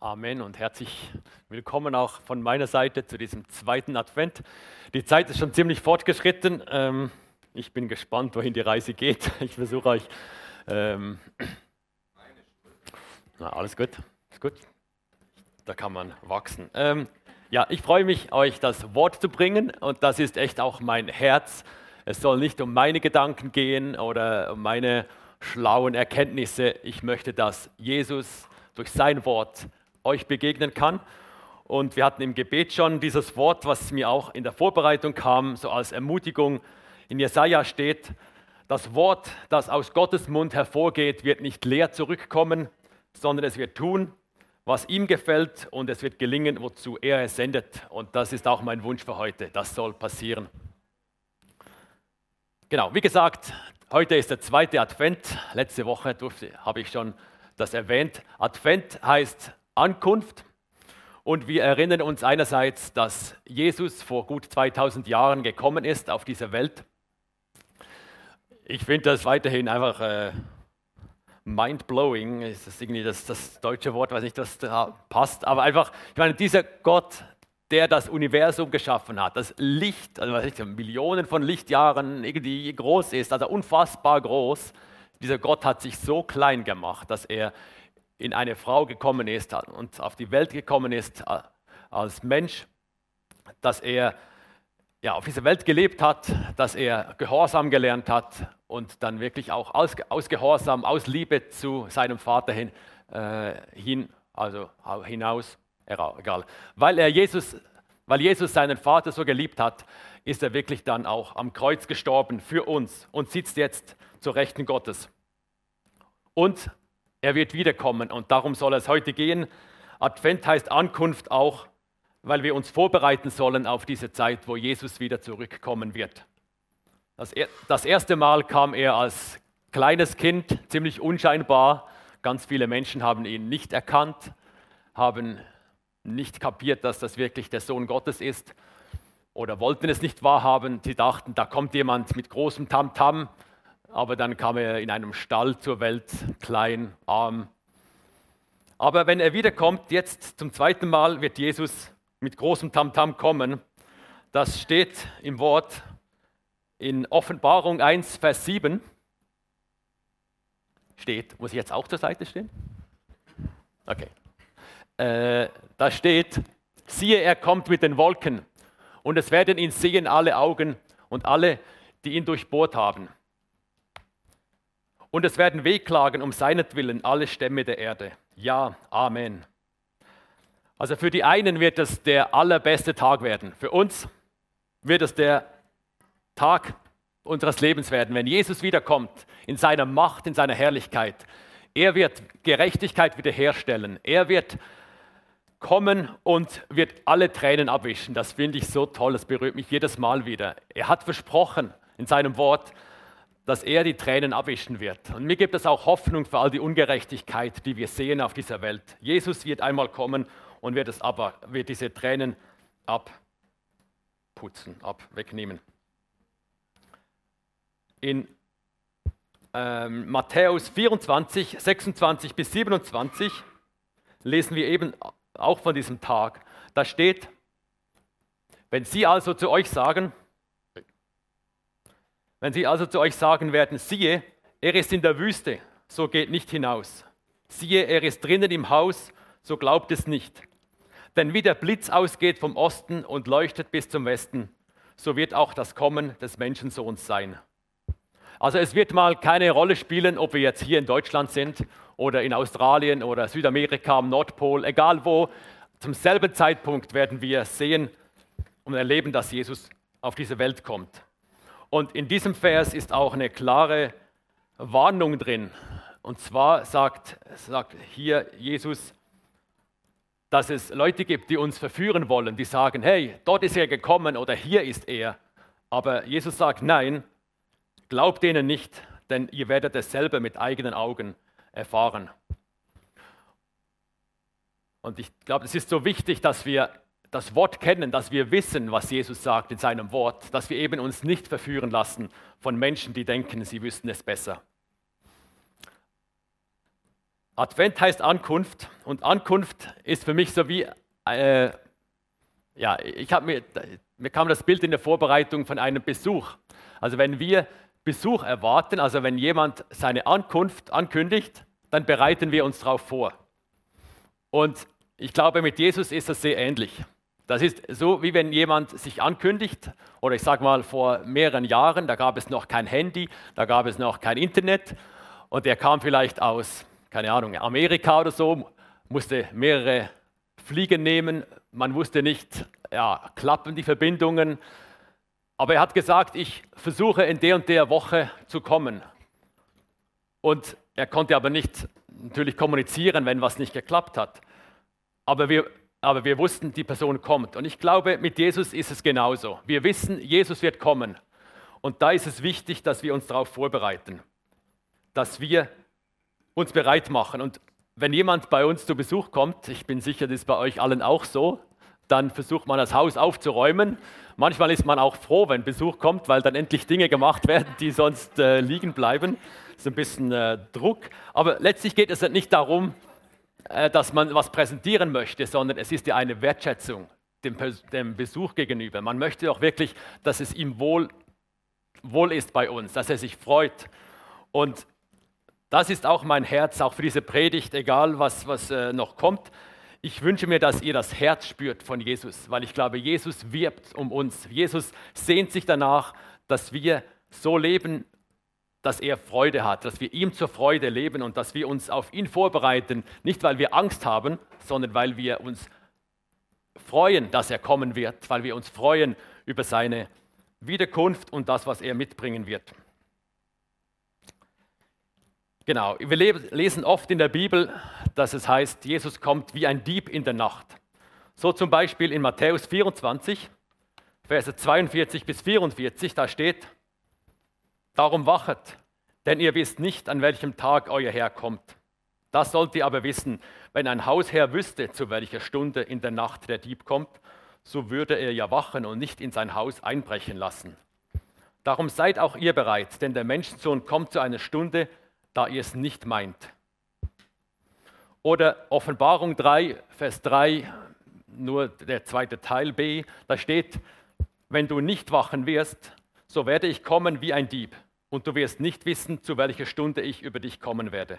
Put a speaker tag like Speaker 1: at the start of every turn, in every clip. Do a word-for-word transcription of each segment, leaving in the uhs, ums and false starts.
Speaker 1: Amen und herzlich willkommen auch von meiner Seite zu diesem zweiten Advent. Die Zeit ist schon ziemlich fortgeschritten. Ähm, ich bin gespannt, wohin die Reise geht. Ich versuche euch... Ähm, na, alles gut, ist gut. Da kann man wachsen. Ähm, ja, ich freue mich, euch das Wort zu bringen und das ist echt auch mein Herz. Es soll nicht um meine Gedanken gehen oder um meine schlauen Erkenntnisse. Ich möchte, dass Jesus durch sein Wort euch begegnen kann. Und wir hatten im Gebet schon dieses Wort, was mir auch in der Vorbereitung kam, so als Ermutigung. In Jesaja steht: Das Wort, das aus Gottes Mund hervorgeht, wird nicht leer zurückkommen, sondern es wird tun, was ihm gefällt, und es wird gelingen, wozu er es sendet. Und das ist auch mein Wunsch für heute. Das soll passieren. Genau, wie gesagt, heute ist der zweite Advent. Letzte Woche durfte, habe ich schon das erwähnt. Advent heißt Ankunft. Und wir erinnern uns einerseits, dass Jesus vor gut zweitausend Jahren gekommen ist auf diese Welt. Ich finde das weiterhin einfach äh, mind-blowing. Ist das irgendwie das, das deutsche Wort, weiß nicht, was da passt. Aber einfach, ich meine, dieser Gott, der das Universum geschaffen hat, das Licht, also was ich, Millionen von Lichtjahren irgendwie groß ist, also unfassbar groß. Dieser Gott hat sich so klein gemacht, dass er in eine Frau gekommen ist und auf die Welt gekommen ist als Mensch, dass er ja, auf dieser Welt gelebt hat, dass er Gehorsam gelernt hat und dann wirklich auch aus, aus Gehorsam, aus Liebe zu seinem Vater hin, äh, hin also hinaus, egal. Weil er Jesus, weil Jesus seinen Vater so geliebt hat, ist er wirklich dann auch am Kreuz gestorben für uns und sitzt jetzt zur Rechten Gottes. Und er wird wiederkommen und darum soll es heute gehen. Advent heißt Ankunft auch, weil wir uns vorbereiten sollen auf diese Zeit, wo Jesus wieder zurückkommen wird. Das, er, das erste Mal kam er als kleines Kind, ziemlich unscheinbar. Ganz viele Menschen haben ihn nicht erkannt, haben nicht kapiert, dass das wirklich der Sohn Gottes ist oder wollten es nicht wahrhaben. Sie dachten, da kommt jemand mit großem Tamtam. Aber dann kam er in einem Stall zur Welt, klein, arm. Aber wenn er wiederkommt, jetzt zum zweiten Mal, wird Jesus mit großem Tamtam kommen. Das steht im Wort in Offenbarung eins, Vers sieben. Steht, muss ich jetzt auch zur Seite stehen? Okay. Äh, da steht: Siehe, er kommt mit den Wolken, und es werden ihn sehen alle Augen und alle, die ihn durchbohrt haben. Und es werden wehklagen um seinetwillen alle Stämme der Erde. Ja, Amen. Also für die einen wird es der allerbeste Tag werden. Für uns wird es der Tag unseres Lebens werden, wenn Jesus wiederkommt in seiner Macht, in seiner Herrlichkeit. Er wird Gerechtigkeit wiederherstellen. Er wird kommen und wird alle Tränen abwischen. Das finde ich so toll, das berührt mich jedes Mal wieder. Er hat versprochen in seinem Wort, dass er die Tränen abwischen wird. Und mir gibt es auch Hoffnung für all die Ungerechtigkeit, die wir sehen auf dieser Welt. Jesus wird einmal kommen und wird, es aber, wird diese Tränen abputzen, ab, wegnehmen. In ähm, Matthäus vierundzwanzig, sechsundzwanzig bis siebenundzwanzig lesen wir eben auch von diesem Tag. Da steht: Wenn sie also zu euch sagen, Wenn sie also zu euch sagen werden, siehe, er ist in der Wüste, so geht nicht hinaus. Siehe, er ist drinnen im Haus, so glaubt es nicht. Denn wie der Blitz ausgeht vom Osten und leuchtet bis zum Westen, so wird auch das Kommen des Menschensohns sein. Also es wird mal keine Rolle spielen, ob wir jetzt hier in Deutschland sind oder in Australien oder Südamerika am Nordpol, egal wo. Zum selben Zeitpunkt werden wir sehen und erleben, dass Jesus auf diese Welt kommt. Und in diesem Vers ist auch eine klare Warnung drin. Und zwar sagt, sagt hier Jesus, dass es Leute gibt, die uns verführen wollen, die sagen, hey, dort ist er gekommen oder hier ist er. Aber Jesus sagt, nein, glaubt denen nicht, denn ihr werdet es selber mit eigenen Augen erfahren. Und ich glaube, es ist so wichtig, dass wir das Wort kennen, dass wir wissen, was Jesus sagt in seinem Wort, dass wir eben uns nicht verführen lassen von Menschen, die denken, sie wüssten es besser. Advent heißt Ankunft und Ankunft ist für mich so wie, äh, ja, ich habe mir, mir kam das Bild in der Vorbereitung von einem Besuch. Also wenn wir Besuch erwarten, also wenn jemand seine Ankunft ankündigt, dann bereiten wir uns darauf vor. Und ich glaube, mit Jesus ist das sehr ähnlich. Das ist so, wie wenn jemand sich ankündigt, oder ich sage mal vor mehreren Jahren, da gab es noch kein Handy, da gab es noch kein Internet und er kam vielleicht aus, keine Ahnung, Amerika oder so, musste mehrere Fliegen nehmen, man wusste nicht, ja, klappen die Verbindungen, aber er hat gesagt, ich versuche in der und der Woche zu kommen. Und er konnte aber nicht natürlich kommunizieren, wenn was nicht geklappt hat. Aber wir, aber wir wussten, die Person kommt. Und ich glaube, mit Jesus ist es genauso. Wir wissen, Jesus wird kommen. Und da ist es wichtig, dass wir uns darauf vorbereiten. Dass wir uns bereit machen. Und wenn jemand bei uns zu Besuch kommt, ich bin sicher, das ist bei euch allen auch so, dann versucht man das Haus aufzuräumen. Manchmal ist man auch froh, wenn Besuch kommt, weil dann endlich Dinge gemacht werden, die sonst äh, liegen bleiben. Das ist ein bisschen äh, Druck. Aber letztlich geht es nicht darum, äh, dass man was präsentieren möchte, sondern es ist ja eine Wertschätzung dem, dem Besuch gegenüber. Man möchte auch wirklich, dass es ihm wohl, wohl ist bei uns, dass er sich freut. Und das ist auch mein Herz, auch für diese Predigt, egal was, was äh, noch kommt. Ich wünsche mir, dass ihr das Herz spürt von Jesus, weil ich glaube, Jesus wirbt um uns. Jesus sehnt sich danach, dass wir so leben, dass er Freude hat, dass wir ihm zur Freude leben und dass wir uns auf ihn vorbereiten, nicht weil wir Angst haben, sondern weil wir uns freuen, dass er kommen wird, weil wir uns freuen über seine Wiederkunft und das, was er mitbringen wird. Genau, wir lesen oft in der Bibel, dass es heißt, Jesus kommt wie ein Dieb in der Nacht. So zum Beispiel in Matthäus vierundzwanzig, Verse zweiundvierzig bis vierundvierzig, da steht, darum wachet, denn ihr wisst nicht, an welchem Tag euer Herr kommt. Das sollt ihr aber wissen, wenn ein Hausherr wüsste, zu welcher Stunde in der Nacht der Dieb kommt, so würde er ja wachen und nicht in sein Haus einbrechen lassen. Darum seid auch ihr bereit, denn der Menschensohn kommt zu einer Stunde, da ihr es nicht meint. Oder Offenbarung drei, Vers drei, nur der zweite Teil B, da steht, wenn du nicht wachen wirst, so werde ich kommen wie ein Dieb und du wirst nicht wissen, zu welcher Stunde ich über dich kommen werde.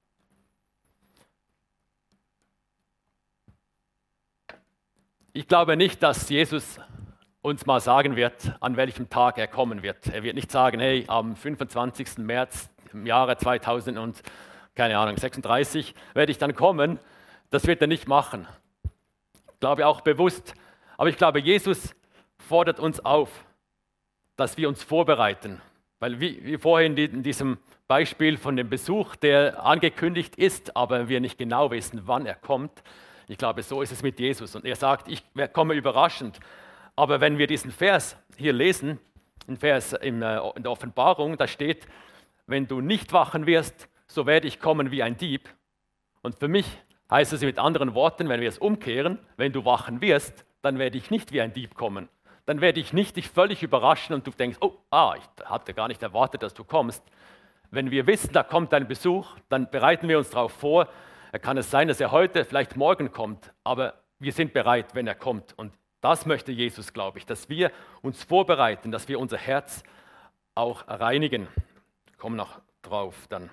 Speaker 1: Ich glaube nicht, dass Jesus uns mal sagen wird, an welchem Tag er kommen wird. Er wird nicht sagen, hey, am fünfundzwanzigsten März im Jahre zweitausend und, keine Ahnung, sechsunddreißig werde ich dann kommen. Das wird er nicht machen. Ich glaube auch bewusst. Aber ich glaube, Jesus fordert uns auf, dass wir uns vorbereiten. Weil wie, wie vorhin in diesem Beispiel von dem Besuch, der angekündigt ist, aber wir nicht genau wissen, wann er kommt. Ich glaube, so ist es mit Jesus. Und er sagt, ich komme überraschend. Aber wenn wir diesen Vers hier lesen, ein Vers in der Offenbarung, da steht, wenn du nicht wachen wirst, so werde ich kommen wie ein Dieb. Und für mich heißt es mit anderen Worten, wenn wir es umkehren, wenn du wachen wirst, dann werde ich nicht wie ein Dieb kommen. Dann werde ich nicht dich völlig überraschen und du denkst, oh, ah, ich hatte gar nicht erwartet, dass du kommst. Wenn wir wissen, da kommt ein Besuch, dann bereiten wir uns darauf vor. Kann es sein, dass er heute, vielleicht morgen kommt, aber wir sind bereit, wenn er kommt. Und das möchte Jesus, glaube ich, dass wir uns vorbereiten, dass wir unser Herz auch reinigen. Ich komme noch drauf dann.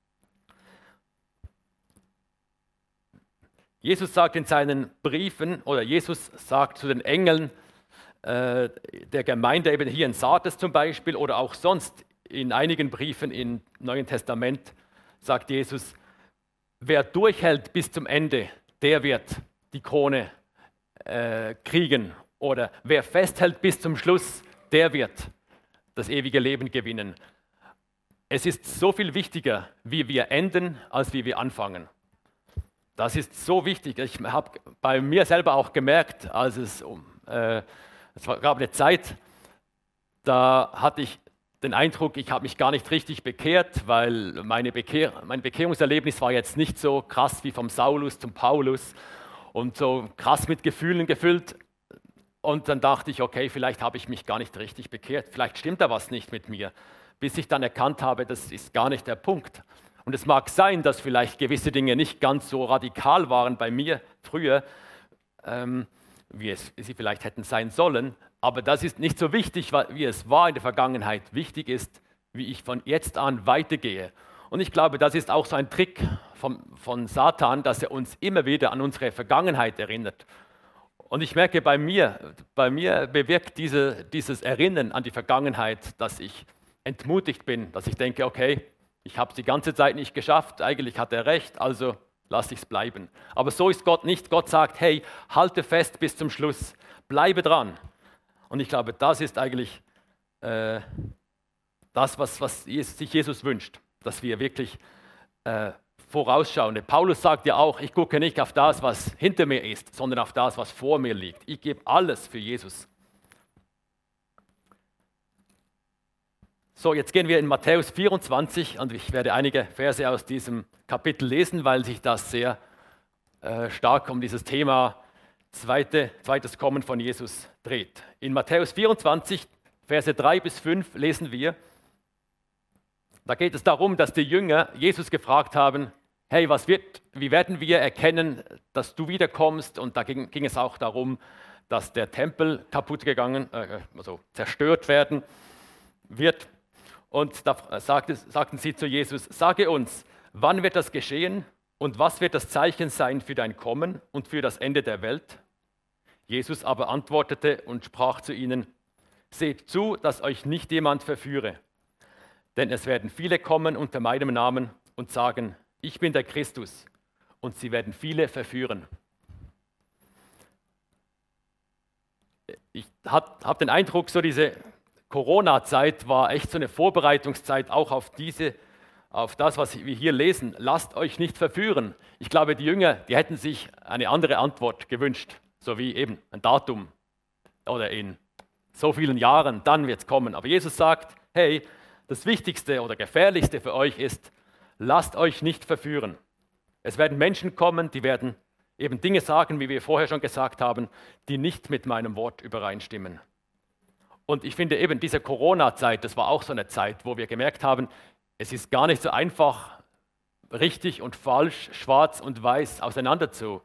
Speaker 1: Jesus sagt in seinen Briefen, oder Jesus sagt zu den Engeln äh, der Gemeinde, eben hier in Sardes zum Beispiel, oder auch sonst in einigen Briefen im Neuen Testament, sagt Jesus, wer durchhält bis zum Ende, der wird die Krone äh, kriegen. Oder wer festhält bis zum Schluss, der wird das ewige Leben gewinnen. Es ist so viel wichtiger, wie wir enden, als wie wir anfangen. Das ist so wichtig. Ich habe bei mir selber auch gemerkt, als es, äh, es gab eine Zeit, da hatte ich den Eindruck, ich habe mich gar nicht richtig bekehrt, weil meine Bekehr, mein Bekehrungserlebnis war jetzt nicht so krass wie vom Saulus zum Paulus und so krass mit Gefühlen gefüllt. Und dann dachte ich, okay, vielleicht habe ich mich gar nicht richtig bekehrt, vielleicht stimmt da was nicht mit mir, bis ich dann erkannt habe, das ist gar nicht der Punkt. Und es mag sein, dass vielleicht gewisse Dinge nicht ganz so radikal waren bei mir früher, ähm, wie es sie vielleicht hätten sein sollen. Aber das ist nicht so wichtig, wie es war in der Vergangenheit. Wichtig ist, wie ich von jetzt an weitergehe. Und ich glaube, das ist auch so ein Trick von, von Satan, dass er uns immer wieder an unsere Vergangenheit erinnert. Und ich merke bei mir, bei mir bewirkt diese, dieses Erinnern an die Vergangenheit, dass ich entmutigt bin, dass ich denke, okay, ich habe es die ganze Zeit nicht geschafft, eigentlich hat er recht, also lasse ich es bleiben. Aber so ist Gott nicht. Gott sagt, hey, halte fest bis zum Schluss, bleibe dran. Und ich glaube, das ist eigentlich äh, das, was, was sich Jesus wünscht, dass wir wirklich äh, vorausschauen. Der Paulus sagt ja auch, ich gucke nicht auf das, was hinter mir ist, sondern auf das, was vor mir liegt. Ich gebe alles für Jesus. So, jetzt gehen wir in Matthäus vierundzwanzig und ich werde einige Verse aus diesem Kapitel lesen, weil sich das sehr äh, stark um dieses Thema zweite, zweites Kommen von Jesus dreht. In Matthäus vierundzwanzig, Verse drei bis fünf lesen wir, da geht es darum, dass die Jünger Jesus gefragt haben, hey, was wird, wie werden wir erkennen, dass du wiederkommst? Und da ging, ging es auch darum, dass der Tempel kaputt gegangen, äh, also zerstört werden wird. Und da sagte, sagten sie zu Jesus, sage uns, wann wird das geschehen und was wird das Zeichen sein für dein Kommen und für das Ende der Welt? Jesus aber antwortete und sprach zu ihnen, seht zu, dass euch nicht jemand verführe. Denn es werden viele kommen unter meinem Namen und sagen, ich bin der Christus. Und sie werden viele verführen. Ich habe den Eindruck, so diese Corona-Zeit war echt so eine Vorbereitungszeit auch auf, diese, auf das, was wir hier lesen. Lasst euch nicht verführen. Ich glaube, die Jünger, die hätten sich eine andere Antwort gewünscht, so wie eben ein Datum oder in so vielen Jahren, dann wird es kommen. Aber Jesus sagt, hey, das Wichtigste oder Gefährlichste für euch ist, lasst euch nicht verführen. Es werden Menschen kommen, die werden eben Dinge sagen, wie wir vorher schon gesagt haben, die nicht mit meinem Wort übereinstimmen. Und ich finde eben diese Corona-Zeit, das war auch so eine Zeit, wo wir gemerkt haben, es ist gar nicht so einfach, richtig und falsch, schwarz und weiß auseinanderzukriegen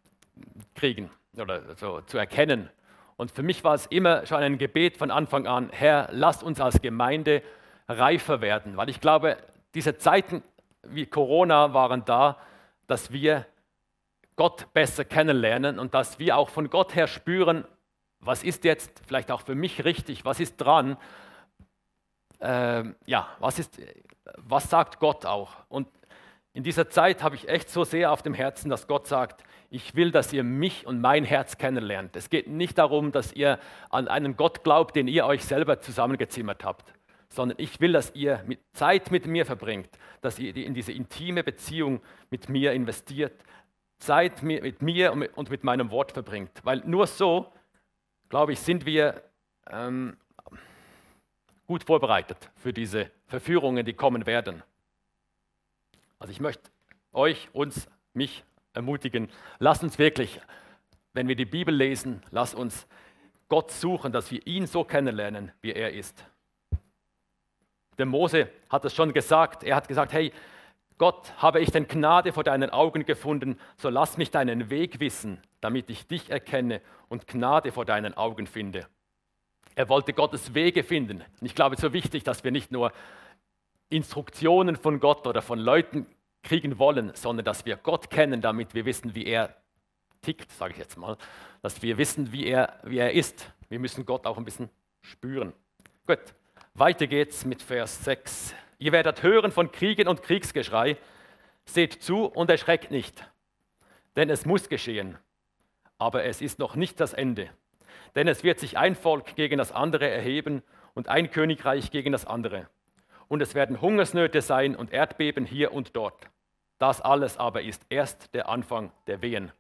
Speaker 1: oder so zu erkennen. Und für mich war es immer schon ein Gebet von Anfang an, Herr, lass uns als Gemeinde reifer werden, weil ich glaube, diese Zeiten wie Corona waren da, dass wir Gott besser kennenlernen und dass wir auch von Gott her spüren, was ist jetzt vielleicht auch für mich richtig, was ist dran, ähm, ja, was, ist, was sagt Gott auch? Und in dieser Zeit habe ich echt so sehr auf dem Herzen, dass Gott sagt, ich will, dass ihr mich und mein Herz kennenlernt. Es geht nicht darum, dass ihr an einen Gott glaubt, den ihr euch selber zusammengezimmert habt, sondern ich will, dass ihr mit Zeit mit mir verbringt, dass ihr in diese intime Beziehung mit mir investiert, Zeit mit mir und mit meinem Wort verbringt. Weil nur so, glaube ich, sind wir ähm, gut vorbereitet für diese Verführungen, die kommen werden. Also ich möchte euch, uns, mich ermutigen, lasst uns wirklich, wenn wir die Bibel lesen, lasst uns Gott suchen, dass wir ihn so kennenlernen, wie er ist. Der Mose hat es schon gesagt, er hat gesagt, hey, Gott, habe ich denn Gnade vor deinen Augen gefunden, so lass mich deinen Weg wissen, damit ich dich erkenne und Gnade vor deinen Augen finde. Er wollte Gottes Wege finden. Und ich glaube, es ist so wichtig, dass wir nicht nur Instruktionen von Gott oder von Leuten kriegen wollen, sondern dass wir Gott kennen, damit wir wissen, wie er tickt, sage ich jetzt mal. Dass wir wissen, wie er, wie er ist. Wir müssen Gott auch ein bisschen spüren. Gut, weiter geht's mit Vers sechs. Ihr werdet hören von Kriegen und Kriegsgeschrei. Seht zu und erschreckt nicht, denn es muss geschehen. Aber es ist noch nicht das Ende. Denn es wird sich ein Volk gegen das andere erheben und ein Königreich gegen das andere. Und es werden Hungersnöte sein und Erdbeben hier und dort. Das alles aber ist erst der Anfang der Wehen.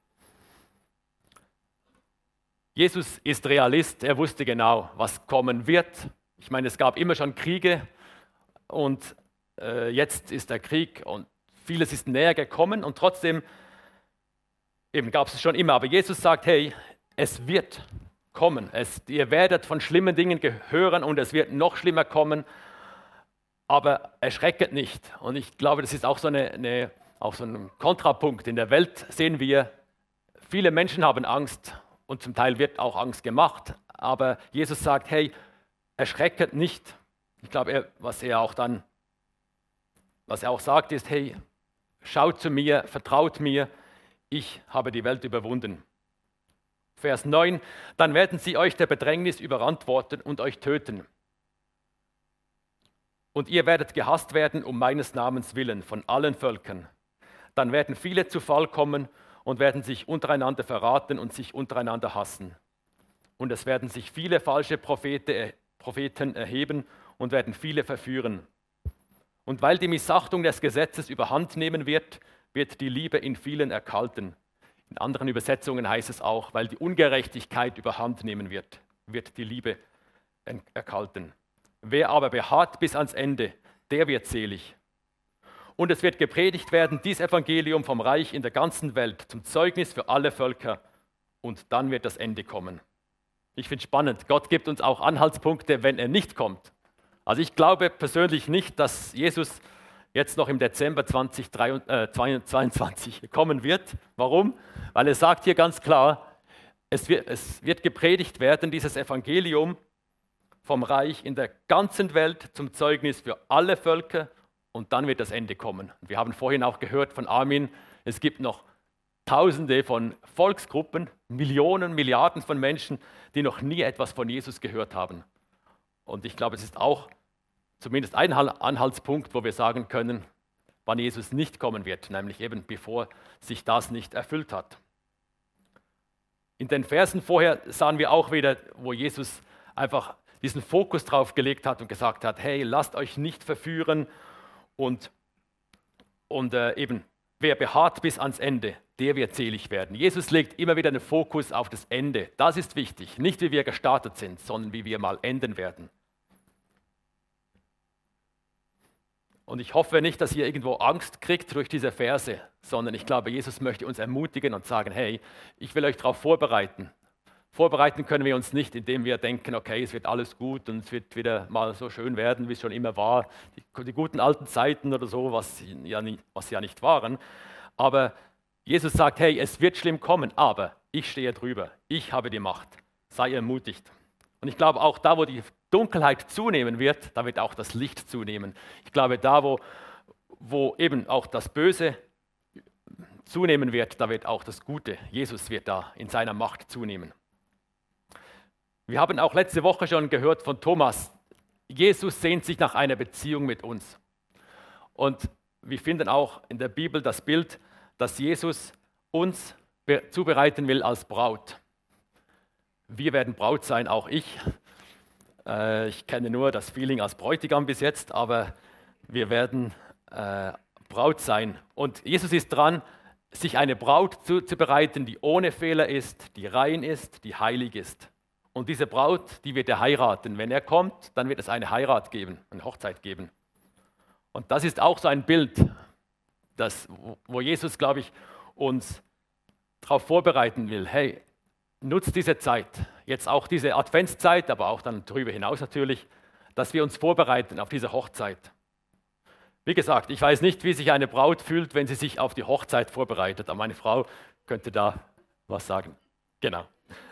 Speaker 1: Jesus ist Realist, er wusste genau, was kommen wird. Ich meine, es gab immer schon Kriege und äh, jetzt ist der Krieg und vieles ist näher gekommen und trotzdem, eben gab es schon immer, aber Jesus sagt, hey, es wird kommen. Es, ihr werdet von schlimmen Dingen hören und es wird noch schlimmer kommen. aber erschrecket nicht. Und ich glaube, das ist auch so, eine, eine, auch so ein Kontrapunkt. In der Welt sehen wir, viele Menschen haben Angst und zum Teil wird auch Angst gemacht. Aber Jesus sagt, hey, erschrecket nicht. Ich glaube, er, was er auch dann, was er auch sagt, ist, hey, schaut zu mir, vertraut mir, ich habe die Welt überwunden. Vers neun, dann werden sie euch der Bedrängnis überantworten und euch töten. Und ihr werdet gehasst werden um meines Namens willen von allen Völkern. Dann werden viele zu Fall kommen und werden sich untereinander verraten und sich untereinander hassen. Und es werden sich viele falsche Prophete, Propheten erheben und werden viele verführen. Und weil die Missachtung des Gesetzes überhand nehmen wird, wird die Liebe in vielen erkalten. In anderen Übersetzungen heißt es auch, weil die Ungerechtigkeit überhand nehmen wird, wird die Liebe erkalten. Wer aber beharrt bis ans Ende, der wird selig. Und es wird gepredigt werden, dies Evangelium vom Reich in der ganzen Welt zum Zeugnis für alle Völker. Und dann wird das Ende kommen. Ich finde es spannend, Gott gibt uns auch Anhaltspunkte, wenn er nicht kommt. Also ich glaube persönlich nicht, dass Jesus jetzt noch im Dezember zweitausendzweiundzwanzig kommen wird. Warum? Weil er sagt hier ganz klar, es wird, es wird gepredigt werden, dieses Evangelium vom Reich in der ganzen Welt zum Zeugnis für alle Völker und dann wird das Ende kommen. Wir haben vorhin auch gehört von Armin, es gibt noch Tausende von Volksgruppen, Millionen, Milliarden von Menschen, die noch nie etwas von Jesus gehört haben. Und ich glaube, es ist auch zumindest ein Anhaltspunkt, wo wir sagen können, wann Jesus nicht kommen wird, nämlich eben bevor sich das nicht erfüllt hat. In den Versen vorher sahen wir auch wieder, wo Jesus einfach diesen Fokus drauf gelegt hat und gesagt hat, hey, lasst euch nicht verführen und, und äh, eben, wer beharrt bis ans Ende, der wird selig werden. Jesus legt immer wieder den Fokus auf das Ende. Das ist wichtig, nicht wie wir gestartet sind, sondern wie wir mal enden werden. Und ich hoffe nicht, dass ihr irgendwo Angst kriegt durch diese Verse, sondern ich glaube, Jesus möchte uns ermutigen und sagen, hey, ich will euch darauf vorbereiten. Vorbereiten können wir uns nicht, indem wir denken, okay, es wird alles gut und es wird wieder mal so schön werden, wie es schon immer war. Die, die guten alten Zeiten oder so, was ja, nie, was ja nicht waren. Aber Jesus sagt, hey, es wird schlimm kommen, aber ich stehe drüber. Ich habe die Macht. Sei ermutigt. Und ich glaube, auch da, wo die Dunkelheit zunehmen wird, da wird auch das Licht zunehmen. Ich glaube, da, wo, wo eben auch das Böse zunehmen wird, da wird auch das Gute, Jesus wird da in seiner Macht zunehmen. Wir haben auch letzte Woche schon gehört von Thomas, Jesus sehnt sich nach einer Beziehung mit uns. Und wir finden auch in der Bibel das Bild, dass Jesus uns zubereiten will als Braut. Wir werden Braut sein, auch ich. Äh, ich kenne nur das Feeling als Bräutigam bis jetzt, aber wir werden äh, Braut sein. Und Jesus ist dran, sich eine Braut zuzubereiten, die ohne Fehler ist, die rein ist, die heilig ist. Und diese Braut, die wird er heiraten. Wenn er kommt, dann wird es eine Heirat geben, eine Hochzeit geben. Und das ist auch so ein Bild, das, wo Jesus, glaube ich, uns darauf vorbereiten will. Hey, nutzt diese Zeit, jetzt auch diese Adventszeit, aber auch dann darüber hinaus natürlich, dass wir uns vorbereiten auf diese Hochzeit. Wie gesagt, ich weiß nicht, wie sich eine Braut fühlt, wenn sie sich auf die Hochzeit vorbereitet. Aber meine Frau könnte da was sagen. Genau.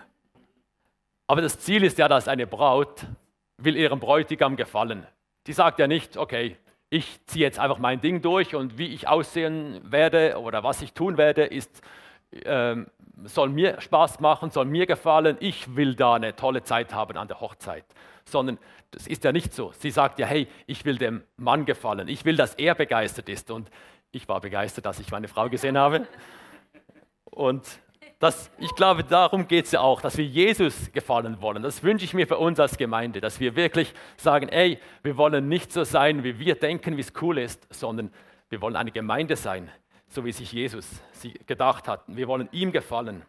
Speaker 1: Aber das Ziel ist ja, dass eine Braut will ihrem Bräutigam gefallen. Die sagt ja nicht, okay, ich ziehe jetzt einfach mein Ding durch und wie ich aussehen werde oder was ich tun werde, ist, ähm, soll mir Spaß machen, soll mir gefallen, ich will da eine tolle Zeit haben an der Hochzeit. Sondern das ist ja nicht so. Sie sagt ja, hey, ich will dem Mann gefallen, ich will, dass er begeistert ist. Und ich war begeistert, dass ich meine Frau gesehen habe. Und das, ich glaube, darum geht es ja auch, dass wir Jesus gefallen wollen. Das wünsche ich mir für uns als Gemeinde, dass wir wirklich sagen, ey, wir wollen nicht so sein, wie wir denken, wie es cool ist, sondern wir wollen eine Gemeinde sein, so wie sich Jesus sie gedacht hat. Wir wollen ihm gefallen.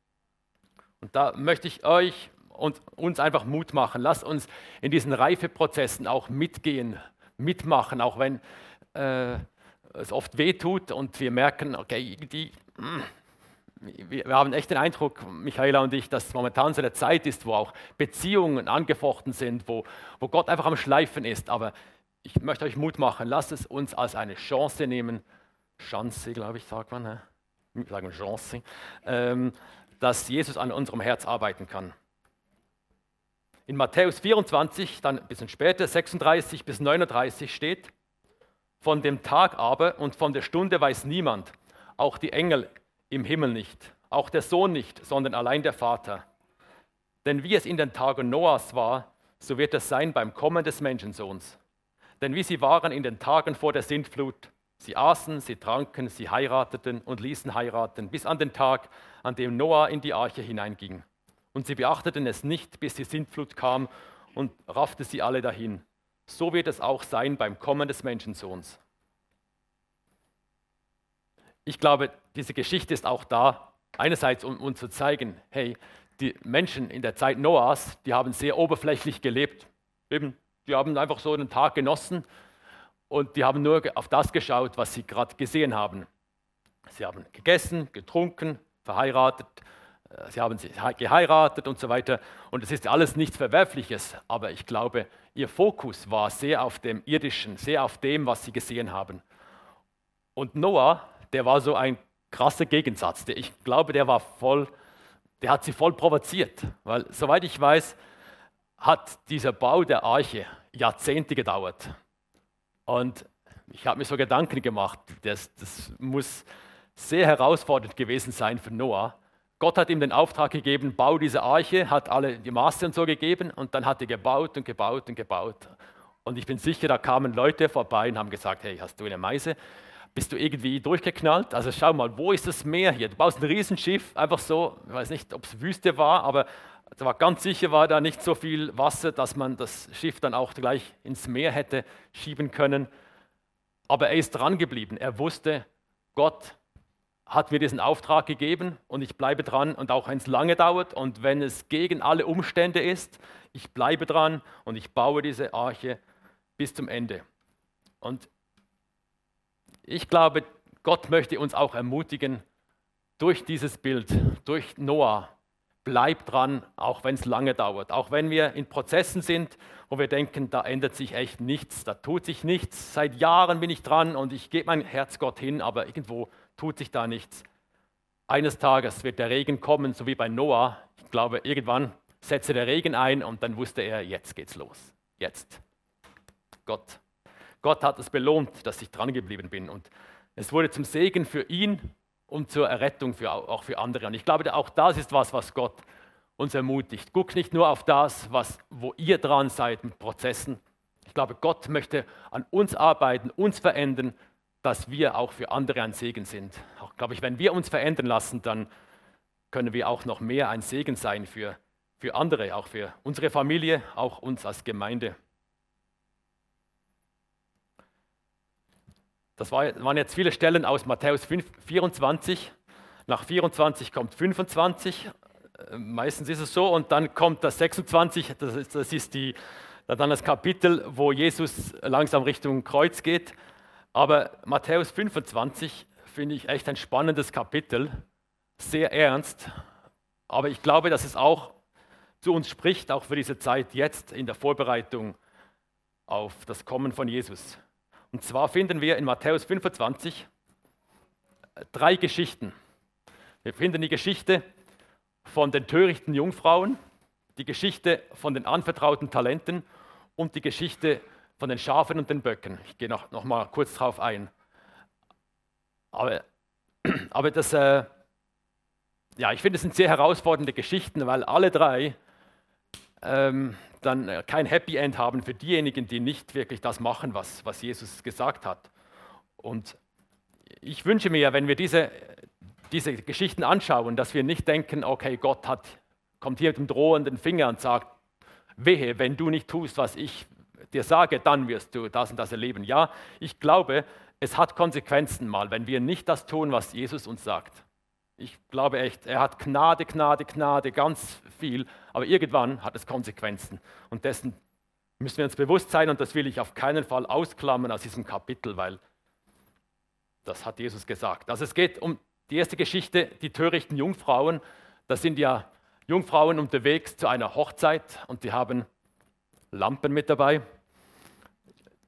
Speaker 1: Und da möchte ich euch und uns einfach Mut machen. Lasst uns in diesen Reifeprozessen auch mitgehen, mitmachen, auch wenn äh, es oft wehtut und wir merken, okay, die... Mh, Wir haben echt den Eindruck, Michaela und ich, dass momentan so eine Zeit ist, wo auch Beziehungen angefochten sind, wo, wo Gott einfach am Schleifen ist. Aber ich möchte euch Mut machen, lasst es uns als eine Chance nehmen, Chance, glaube ich, sagt man, ne? Wir sagen Chance, ähm, dass Jesus an unserem Herz arbeiten kann. In Matthäus vierundzwanzig, dann ein bisschen später, sechsunddreißig bis neununddreißig steht, von dem Tag aber und von der Stunde weiß niemand, auch die Engel im Himmel nicht, auch der Sohn nicht, sondern allein der Vater. Denn wie es in den Tagen Noahs war, so wird es sein beim Kommen des Menschensohns. Denn wie sie waren in den Tagen vor der Sintflut, sie aßen, sie tranken, sie heirateten und ließen heiraten, bis an den Tag, an dem Noah in die Arche hineinging. Und sie beachteten es nicht, bis die Sintflut kam und raffte sie alle dahin. So wird es auch sein beim Kommen des Menschensohns. Ich glaube, diese Geschichte ist auch da, einerseits um uns zu zeigen, hey, die Menschen in der Zeit Noahs, die haben sehr oberflächlich gelebt. Eben, die haben einfach so einen Tag genossen und die haben nur auf das geschaut, was sie gerade gesehen haben. Sie haben gegessen, getrunken, verheiratet, sie haben geheiratet und so weiter. Und es ist alles nichts Verwerfliches, aber ich glaube, ihr Fokus war sehr auf dem Irdischen, sehr auf dem, was sie gesehen haben. Und Noah, der war so ein krasser Gegensatz. Ich glaube, der war voll, der hat sie voll provoziert, weil soweit ich weiß, hat dieser Bau der Arche Jahrzehnte gedauert. Und ich habe mir so Gedanken gemacht, das, das muss sehr herausfordernd gewesen sein für Noah. Gott hat ihm den Auftrag gegeben, bau diese Arche, hat alle die Maße und so gegeben und dann hat er gebaut und gebaut und gebaut. Und ich bin sicher, da kamen Leute vorbei und haben gesagt, hey, hast du eine Meise? Bist du irgendwie durchgeknallt? Also schau mal, wo ist das Meer hier? Du baust ein Riesenschiff, einfach so, ich weiß nicht, ob es Wüste war, aber da war ganz sicher war da nicht so viel Wasser, dass man das Schiff dann auch gleich ins Meer hätte schieben können. Aber er ist dran geblieben. Er wusste, Gott hat mir diesen Auftrag gegeben und ich bleibe dran. Und auch wenn es lange dauert und wenn es gegen alle Umstände ist, ich bleibe dran und ich baue diese Arche bis zum Ende. Und ich glaube, Gott möchte uns auch ermutigen, durch dieses Bild, durch Noah, bleib dran, auch wenn es lange dauert. Auch wenn wir in Prozessen sind, wo wir denken, da ändert sich echt nichts, da tut sich nichts. Seit Jahren bin ich dran und ich gebe mein Herz Gott hin, aber irgendwo tut sich da nichts. Eines Tages wird der Regen kommen, so wie bei Noah. Ich glaube, irgendwann setzte der Regen ein und dann wusste er, jetzt geht's los. Jetzt. Gott. Gott hat es belohnt, dass ich dran geblieben bin. Und es wurde zum Segen für ihn und zur Errettung für, auch für andere. Und ich glaube, auch das ist was, was Gott uns ermutigt. Guck nicht nur auf das, was, wo ihr dran seid mit Prozessen. Ich glaube, Gott möchte an uns arbeiten, uns verändern, dass wir auch für andere ein Segen sind. Auch, glaube ich, wenn wir uns verändern lassen, dann können wir auch noch mehr ein Segen sein für, für andere, auch für unsere Familie, auch uns als Gemeinde. Das waren jetzt viele Stellen aus Matthäus vierundzwanzig. Nach vierundzwanzig kommt fünfundzwanzig. Meistens ist es so. Und dann kommt das sechsundzwanzig. Das ist, das ist die, dann das Kapitel, wo Jesus langsam Richtung Kreuz geht. Aber Matthäus fünfundzwanzig finde ich echt ein spannendes Kapitel. Sehr ernst. Aber ich glaube, dass es auch zu uns spricht, auch für diese Zeit jetzt in der Vorbereitung auf das Kommen von Jesus. Und zwar finden wir in Matthäus fünfundzwanzig drei Geschichten. Wir finden die Geschichte von den törichten Jungfrauen, die Geschichte von den anvertrauten Talenten und die Geschichte von den Schafen und den Böcken. Ich gehe noch, noch mal kurz drauf ein. Aber, aber das, äh, ja, ich finde, es sind sehr herausfordernde Geschichten, weil alle drei ähm, dann kein Happy End haben für diejenigen, die nicht wirklich das machen, was, was Jesus gesagt hat. Und ich wünsche mir, wenn wir diese, diese Geschichten anschauen, dass wir nicht denken, okay, Gott hat, kommt hier mit dem drohenden Finger und sagt, wehe, wenn du nicht tust, was ich dir sage, dann wirst du das und das erleben. Ja, ich glaube, es hat Konsequenzen mal, wenn wir nicht das tun, was Jesus uns sagt. Ich glaube echt, er hat Gnade, Gnade, Gnade, ganz viel, aber irgendwann hat es Konsequenzen. Und dessen müssen wir uns bewusst sein und das will ich auf keinen Fall ausklammern aus diesem Kapitel, weil das hat Jesus gesagt. Also es geht um die erste Geschichte, die törichten Jungfrauen. Das sind ja Jungfrauen unterwegs zu einer Hochzeit und die haben Lampen mit dabei.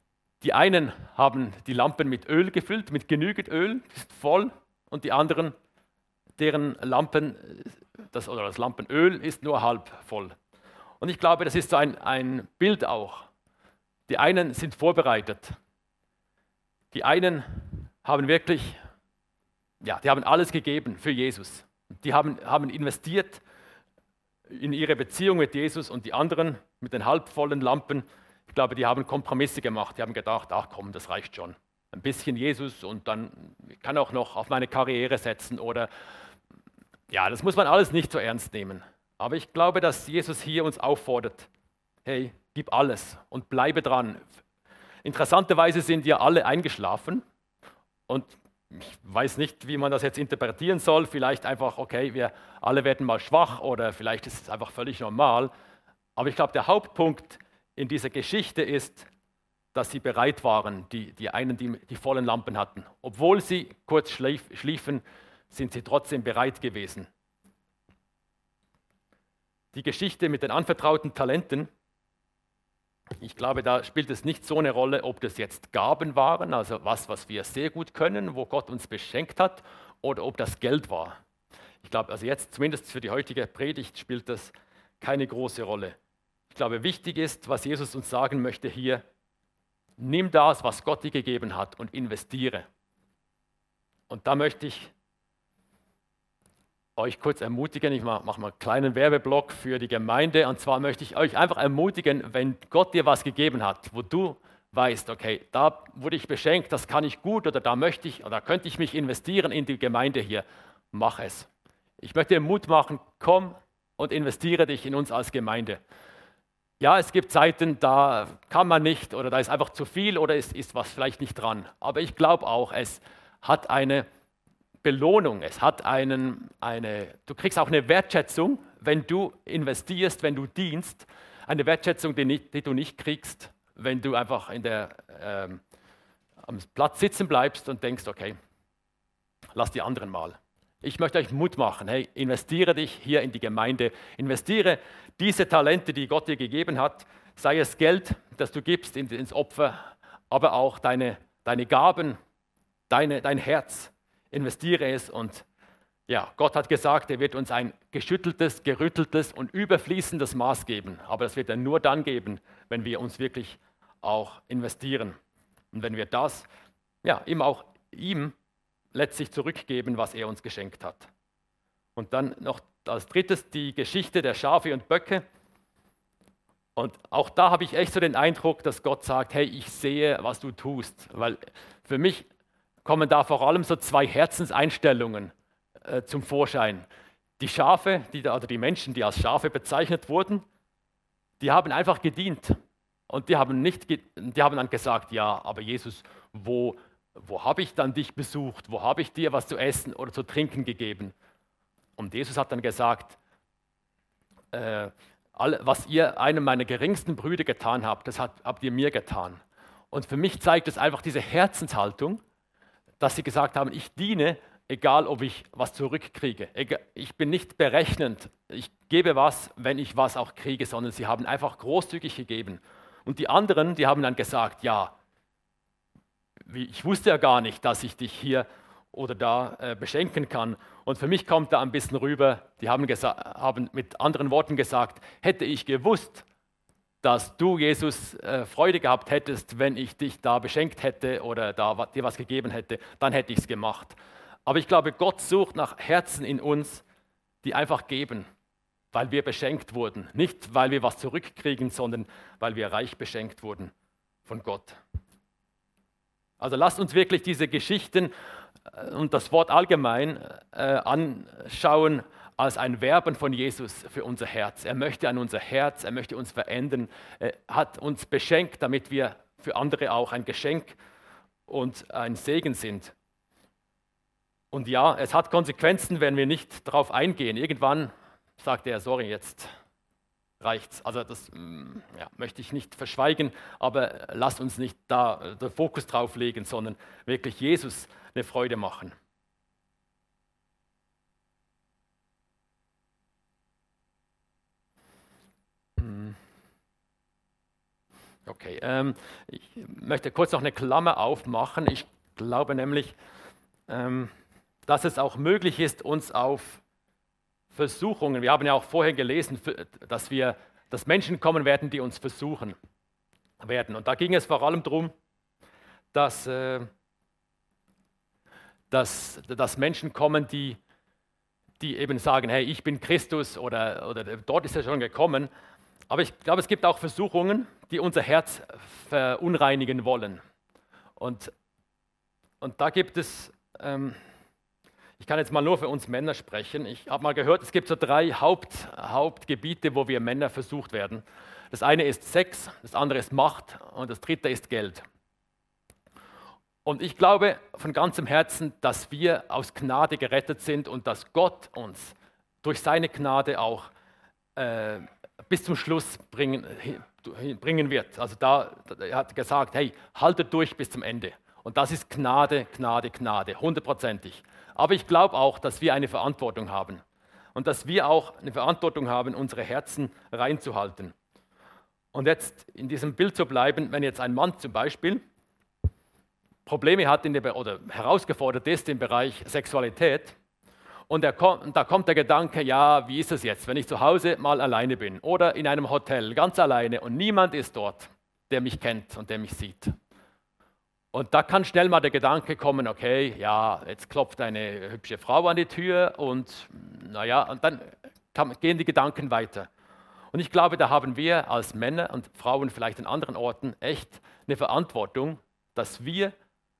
Speaker 1: Die einen haben die Lampen mit Öl gefüllt, mit genügend Öl, ist voll, und die anderen, deren Lampen, das, oder das Lampenöl ist nur halb voll. Und ich glaube, das ist so ein, ein Bild auch. Die einen sind vorbereitet. Die einen haben wirklich, ja, die haben alles gegeben für Jesus. Die haben, haben investiert in ihre Beziehung mit Jesus, und die anderen mit den halbvollen Lampen, ich glaube, die haben Kompromisse gemacht. Die haben gedacht, ach komm, das reicht schon. Ein bisschen Jesus und dann ich kann auch noch auf meine Karriere setzen oder ja, das muss man alles nicht so ernst nehmen. Aber ich glaube, dass Jesus hier uns auffordert, hey, gib alles und bleibe dran. Interessanterweise sind ja alle eingeschlafen und ich weiß nicht, wie man das jetzt interpretieren soll. Vielleicht einfach, okay, wir alle werden mal schwach oder vielleicht ist es einfach völlig normal. Aber ich glaube, der Hauptpunkt in dieser Geschichte ist, dass sie bereit waren, die, die einen, die die vollen Lampen hatten. Obwohl sie kurz schlief, schliefen, sind sie trotzdem bereit gewesen. Die Geschichte mit den anvertrauten Talenten, ich glaube, da spielt es nicht so eine Rolle, ob das jetzt Gaben waren, also was, was wir sehr gut können, wo Gott uns beschenkt hat, oder ob das Geld war. Ich glaube, also jetzt zumindest für die heutige Predigt spielt das keine große Rolle. Ich glaube, wichtig ist, was Jesus uns sagen möchte hier, nimm das, was Gott dir gegeben hat und investiere. Und da möchte ich euch kurz ermutigen, ich mache mal einen kleinen Werbeblock für die Gemeinde, und zwar möchte ich euch einfach ermutigen, wenn Gott dir was gegeben hat, wo du weißt, okay, da wurde ich beschenkt, das kann ich gut oder da möchte ich oder könnte ich mich investieren in die Gemeinde hier, mach es. Ich möchte dir Mut machen, komm und investiere dich in uns als Gemeinde. Ja, es gibt Zeiten, da kann man nicht oder da ist einfach zu viel oder ist, ist was vielleicht nicht dran. Aber ich glaube auch, es hat eine Belohnung, es hat einen, eine, du kriegst auch eine Wertschätzung, wenn du investierst, wenn du dienst, eine Wertschätzung, die, nicht, die du nicht kriegst, wenn du einfach in der, ähm, am Platz sitzen bleibst und denkst, okay, lass die anderen mal. Ich möchte euch Mut machen, hey, investiere dich hier in die Gemeinde, investiere diese Talente, die Gott dir gegeben hat, sei es Geld, das du gibst ins Opfer, aber auch deine, deine Gaben, deine, dein Herz. Investiere es und ja, Gott hat gesagt, er wird uns ein geschütteltes, gerütteltes und überfließendes Maß geben. Aber das wird er nur dann geben, wenn wir uns wirklich auch investieren. Und wenn wir das, ja, ihm auch ihm letztlich zurückgeben, was er uns geschenkt hat. Und dann noch als drittes die Geschichte der Schafe und Böcke. Und auch da habe ich echt so den Eindruck, dass Gott sagt, hey, ich sehe, was du tust. Weil für mich kommen da vor allem so zwei Herzenseinstellungen äh, zum Vorschein. Die Schafe, die, oder die Menschen, die als Schafe bezeichnet wurden, die haben einfach gedient. Und die haben, nicht, die haben dann gesagt, ja, aber Jesus, wo, wo habe ich dann dich besucht? Wo habe ich dir was zu essen oder zu trinken gegeben? Und Jesus hat dann gesagt, äh, all, was ihr einem meiner geringsten Brüder getan habt, das habt, habt ihr mir getan. Und für mich zeigt es einfach diese Herzenshaltung, dass sie gesagt haben, ich diene, egal ob ich was zurückkriege. Ich bin nicht berechnend, ich gebe was, wenn ich was auch kriege, sondern sie haben einfach großzügig gegeben. Und die anderen, die haben dann gesagt, ja, ich wusste ja gar nicht, dass ich dich hier oder da äh, beschenken kann. Und für mich kommt da ein bisschen rüber, die haben, haben mit anderen Worten gesagt, hätte ich gewusst, dass du, Jesus, äh, Freude gehabt hättest, wenn ich dich da beschenkt hätte oder da dir was gegeben hätte, dann hätte ich es gemacht. Aber ich glaube, Gott sucht nach Herzen in uns, die einfach geben, weil wir beschenkt wurden. Nicht, weil wir was zurückkriegen, sondern weil wir reich beschenkt wurden von Gott. Also lasst uns wirklich diese Geschichten und das Wort allgemein äh, anschauen als ein Werben von Jesus für unser Herz. Er möchte an unser Herz, er möchte uns verändern, er hat uns beschenkt, damit wir für andere auch ein Geschenk und ein Segen sind. Und ja, es hat Konsequenzen, wenn wir nicht darauf eingehen. Irgendwann sagt er, sorry, jetzt reicht's. Also das ja, möchte ich nicht verschweigen, aber lasst uns nicht da den Fokus drauf legen, sondern wirklich Jesus eine Freude machen. Okay, ähm, ich möchte kurz noch eine Klammer aufmachen. Ich glaube nämlich, ähm, dass es auch möglich ist, uns auf Versuchungen, wir haben ja auch vorher gelesen, dass wir, dass Menschen kommen werden, die uns versuchen werden. Und da ging es vor allem darum, dass, äh, dass, dass Menschen kommen, die, die eben sagen, hey, ich bin Christus oder, oder dort ist er schon gekommen. Aber ich glaube, es gibt auch Versuchungen, die unser Herz verunreinigen wollen. Und, und da gibt es, ähm, ich kann jetzt mal nur für uns Männer sprechen. Ich habe mal gehört, es gibt so drei Haupt, Hauptgebiete, wo wir Männer versucht werden. Das eine ist Sex, das andere ist Macht und das dritte ist Geld. Und ich glaube von ganzem Herzen, dass wir aus Gnade gerettet sind und dass Gott uns durch seine Gnade auch äh, bis zum Schluss bringen, bringen wird. Also da, er hat gesagt, hey, haltet durch bis zum Ende. Und das ist Gnade, Gnade, Gnade, hundertprozentig. Aber ich glaube auch, dass wir eine Verantwortung haben. Und dass wir auch eine Verantwortung haben, unsere Herzen reinzuhalten. Und jetzt in diesem Bild zu bleiben, wenn jetzt ein Mann zum Beispiel Probleme hat in der, oder herausgefordert ist im Bereich Sexualität, und er kommt, da kommt der Gedanke, ja, wie ist es jetzt, wenn ich zu Hause mal alleine bin oder in einem Hotel ganz alleine und niemand ist dort, der mich kennt und der mich sieht. Und da kann schnell mal der Gedanke kommen, okay, ja, jetzt klopft eine hübsche Frau an die Tür und naja, und dann kann, gehen die Gedanken weiter. Und ich glaube, da haben wir als Männer und Frauen vielleicht an anderen Orten echt eine Verantwortung, dass wir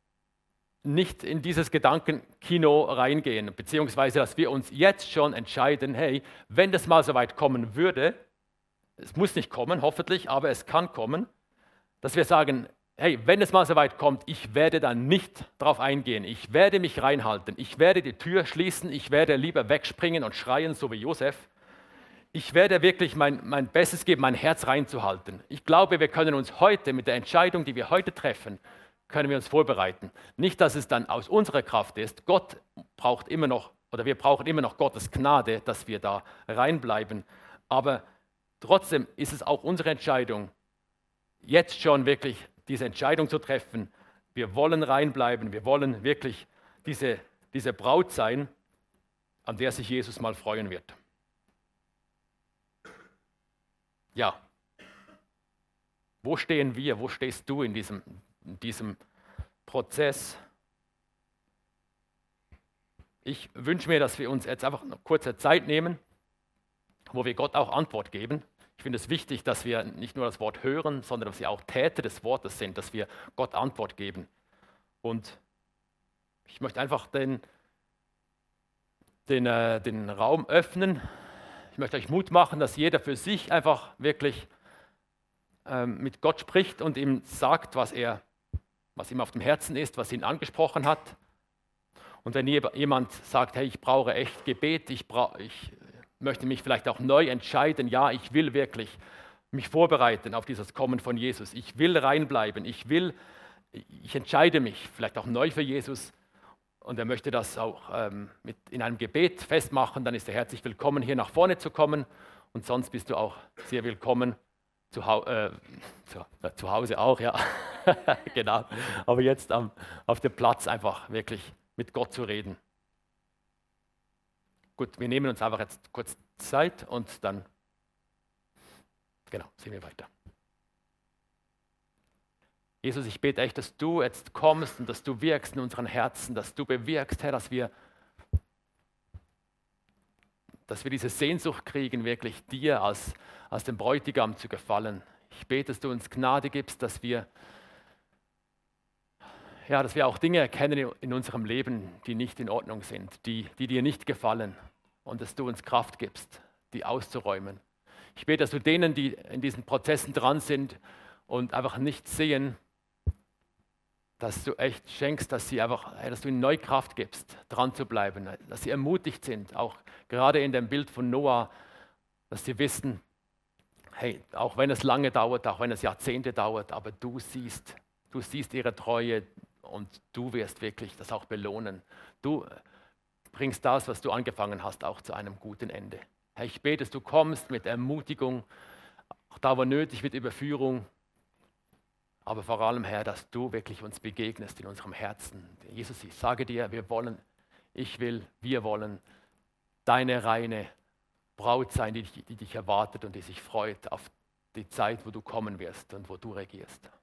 Speaker 1: nicht in dieses Gedankenkino reingehen, beziehungsweise dass wir uns jetzt schon entscheiden, hey, wenn das mal so weit kommen würde, es muss nicht kommen, hoffentlich, aber es kann kommen, dass wir sagen, hey, wenn es mal so weit kommt, ich werde da nicht drauf eingehen, ich werde mich reinhalten, ich werde die Tür schließen, ich werde lieber wegspringen und schreien, so wie Josef. Ich werde wirklich mein, mein Bestes geben, mein Herz reinzuhalten. Ich glaube, wir können uns heute mit der Entscheidung, die wir heute treffen, können wir uns vorbereiten. Nicht, dass es dann aus unserer Kraft ist. Gott braucht immer noch, oder wir brauchen immer noch Gottes Gnade, dass wir da reinbleiben. Aber trotzdem ist es auch unsere Entscheidung, jetzt schon wirklich diese Entscheidung zu treffen. Wir wollen reinbleiben, wir wollen wirklich diese, diese Braut sein, an der sich Jesus mal freuen wird. Ja, wo stehen wir, wo stehst du in diesem, in diesem Prozess? Ich wünsche mir, dass wir uns jetzt einfach eine kurze Zeit nehmen, wo wir Gott auch Antwort geben. Ich finde es wichtig, dass wir nicht nur das Wort hören, sondern dass wir auch Täter des Wortes sind, dass wir Gott Antwort geben. Und ich möchte einfach den, den, äh, den Raum öffnen. Ich möchte euch Mut machen, dass jeder für sich einfach wirklich ähm, mit Gott spricht und ihm sagt, was, er, was ihm auf dem Herzen ist, was ihn angesprochen hat. Und wenn jemand sagt, hey, ich brauche echt Gebet, ich, brauch, ich möchte mich vielleicht auch neu entscheiden, ja, ich will wirklich mich vorbereiten auf dieses Kommen von Jesus. Ich will reinbleiben, ich will, ich entscheide mich vielleicht auch neu für Jesus. Und er möchte das auch ähm, mit in einem Gebet festmachen, dann ist er herzlich willkommen, hier nach vorne zu kommen. Und sonst bist du auch sehr willkommen, zu, hau äh, zu, äh, zu Hause auch, ja. Genau. Aber jetzt ähm, auf dem Platz einfach wirklich mit Gott zu reden. Gut, wir nehmen uns einfach jetzt kurz Zeit und dann, genau, sehen wir weiter. Jesus, ich bete echt, dass du jetzt kommst und dass du wirkst in unseren Herzen, dass du bewirkst, Herr, dass wir, dass wir diese Sehnsucht kriegen, wirklich dir als, als dem Bräutigam zu gefallen. Ich bete, dass du uns Gnade gibst, dass wir, ja, dass wir auch Dinge erkennen in unserem Leben, die nicht in Ordnung sind, die, die dir nicht gefallen und dass du uns Kraft gibst, die auszuräumen. Ich bete, dass du denen, die in diesen Prozessen dran sind und einfach nicht sehen, dass du echt schenkst, dass sie einfach, dass du ihnen neue Kraft gibst, dran zu bleiben, dass sie ermutigt sind, auch gerade in dem Bild von Noah, dass sie wissen, hey, auch wenn es lange dauert, auch wenn es Jahrzehnte dauert, aber du siehst, du siehst ihre Treue und du wirst wirklich das auch belohnen. Du bringst das, was du angefangen hast, auch zu einem guten Ende. Herr, ich bete, dass du kommst mit Ermutigung, auch da wo nötig, mit Überführung. aber vor allem, Herr, dass du wirklich uns begegnest in unserem Herzen. Jesus, ich sage dir, wir wollen, ich will, wir wollen deine reine Braut sein, die, die dich erwartet und die sich freut auf die Zeit, wo du kommen wirst und wo du regierst.